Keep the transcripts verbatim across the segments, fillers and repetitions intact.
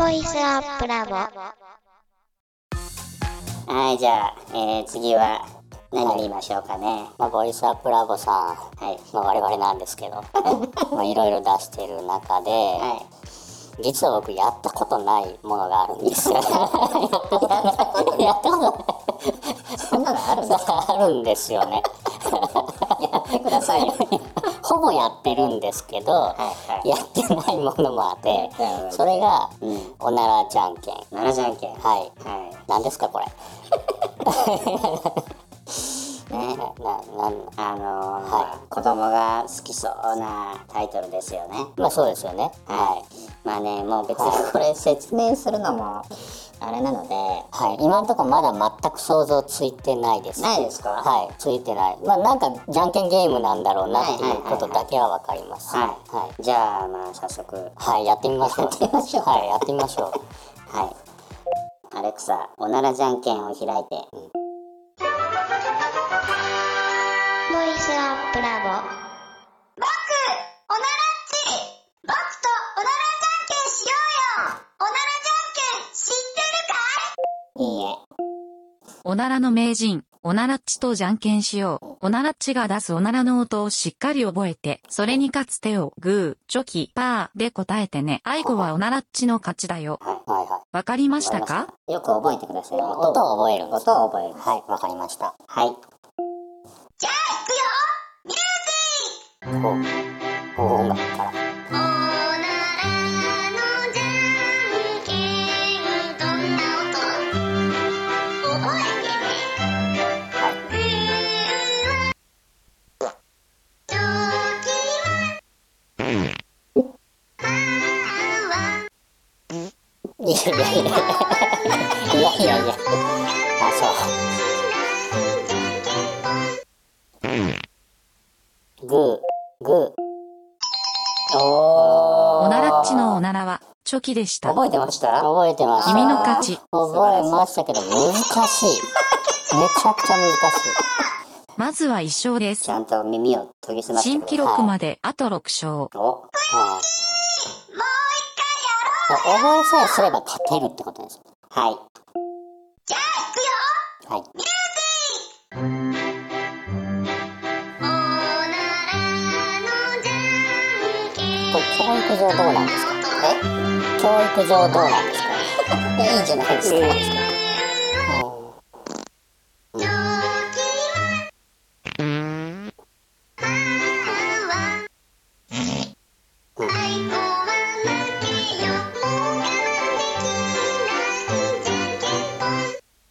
イスアップラボ。 はい、じゃあ、えー、次は何言いましょうかね。 まあ、ボイスアップラボさん、 はい、 まあ、我々なんですけどまあいろいろ出してる中で、 はい、 実は僕やったことないものがあるんですよやったことないやったことないそんなのあるんですか？ あるんですよねやってくださいよほぼやってるんですけど、 はいはい、 やってないものもあって、 うん、 それが、 うん、 おならじゃんけん。 おならじゃんけん。 はい、 はい、 何ですかこれね、 な、な、 あのーはい、 子供が好きそうなタイトルですよね。 まあそうですよね。 はい。まあね、もう別にこれ説明するのもあれなので、 はい、今のところまだ全く想像ついてないです。 ないですか？ はい、ついてない。まあなんかじゃんけんゲームなんだろうなっていうことだけはわかります。 はい。 はい。 じゃあまあ早速、 はい、やってみましょう。 やってみましょう。 はい、やってみましょう。 はい。アレクサ、おならじゃんけんを開いて。うん、 ボイスアップラボ。 僕、おならっち。僕とおならじゃんけんしようよ。おならじゃんけん知ってるかい？ いいえ。 おならの名人、おならっちとじゃんけんしよう。おならっちが出すおならの音をしっかり覚えて、それに勝つ手をグー、チョキ、パーで答えてね。最後はおならっちの勝ちだよ。 はいはいはわかりましたか？ よく覚えてください。 い。音を覚えるんです。 音を覚える。 はい、わかりました。 はい。 じゃあ行くよ。ミュージック。 お、お音楽から。 おならのじゃんけんどんな音？覚えてね。グーはチョキはパーはいやいやいやいやいやいやいや、あ、そう。グー、グー。おー。 おならっちのおならは、チョキでした。 覚えてました？ 覚えてました。 君の勝ち。 覚えましたけど、難しい。めちゃくちゃ難しい。 まずはいっ勝です。 ちゃんと耳を研ぎ澄まして新記ください。 録まであとろく勝。 お、 うん、 もう一回やろう。 覚えさえすれば勝てるってことです。 はい。 じゃあ行くよ。 はい。 ミュージック。おならのじゃんけん。 これ教育上どうなんですか？ え教育上どうなんですか？ いいんじゃないですか。 いいですか？ チョキはパーは最後は負けよ。我慢できないじゃんけんぽん。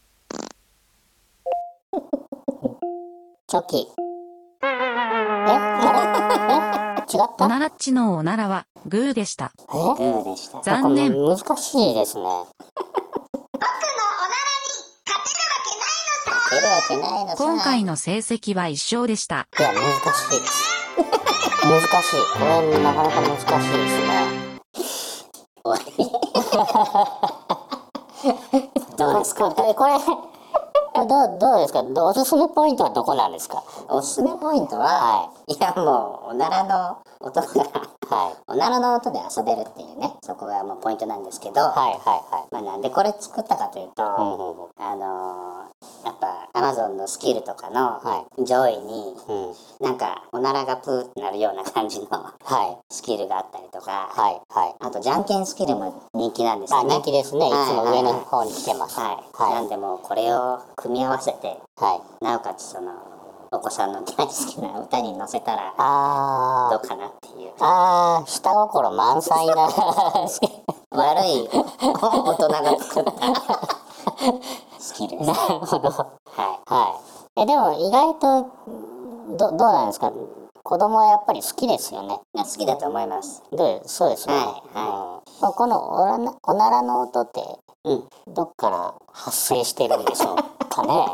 チョキ。え、あれ？え、違った？ おならっちのおならは、グーでした。 え？ グーでした。 残念。 難しいですね。 僕のおならに勝てるわけないのさ。 出るわけないのさ。 今回の成績はいっ勝でした。 いや、難しいです。難しい。これ、なかなか難しいですね。 終わり。どうですか？ これ、これ、これどう、どうですか？おすすめポイントはどこなんですか？ おすすめポイントは、 はいやもうおならの音がはい。 おならの音で遊べるっていうね、そこがもうポイントなんですけど、 はいはいはい。 まあなんでこれ作ったかというと、 うんうんうんあのーやっぱ Amazon のスキルとかのは上位に、 うん。 なんかおならがプーってなるような感じのはい。 スキルがあったりとか、 はいはい。 あとじゃんけんスキルも人気なんですあ、 よね。 人気ですね。いつも上の方に来てます。 はい、 はい。 なんでもうこれを組み合わせて、 はい。 なおかつそのお子さんの大好きな歌に乗せたらあー。 どうかなっていうあー、下心満載な。 悪い大人が作ったスキルです。 なるほど。 ははい。え、でも意外と、ど、どうなんですか？子供はやっぱり好きですよね。 い、好きだと思います。 で、そうですよね。 はいはうん、このおなおならの音って、 うん、 どっから発生してるんでしょうかね。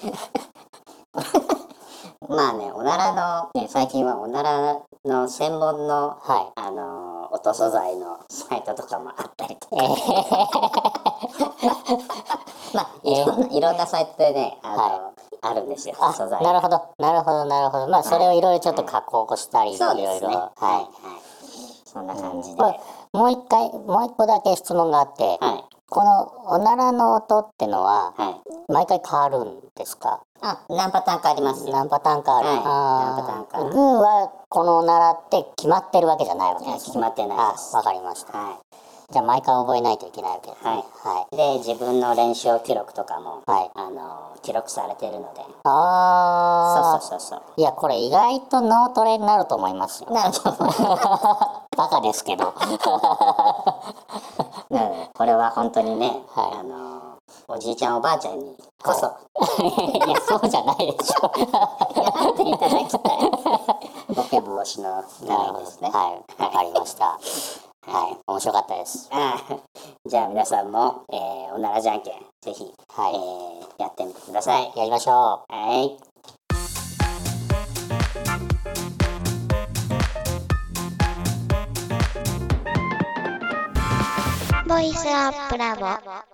まあね、おならの、ね、最近はおならの専門の、 はい。 あのー、音素材のサイトとかもあったりとか、まあいろんな、いろんなサイトでね、あのーはあるんですよ、 あ、 素材。 なるほど、なるほど、なるほど。まあ、それをいろいろちょっと加工したり、いそうろいろ。 ですね。はい、 ははい。そんな感じい。 で。 これ、 もう一回、もう一個だけ質問があって、 はい。 このおならの音ってのは、 はい。 毎回変わるんですか？ あ、何パターンかあります。 何パターンかある。 はいあー何パターンかあるグーはこのおならって決まってるわけじゃないわけですね。 決まってないですあ、わかりました。 はじゃあ毎回覚えないといけないわけですね。 はいはい。 い。で、自分の練習記録とかも、 はいあの、記録されてるので。 あそうそうそうそう。 ー。いや、これ意外と脳トレになると思いますよ。 なるほど。 バカですけど。 なのでこれは本当にね、 はいあの、おじいちゃんおばあちゃんにこそ、 いや、そうじゃないでしょ。 やっていただきたい。ボケ防止のためにですね。 はい、わかりました。はい、面白かったです。 ああじゃあ皆さんも、えーおならじゃんけん、ぜひ、 はいえーやってみてください。 やりましょう。 はい。 ボイスアップラボ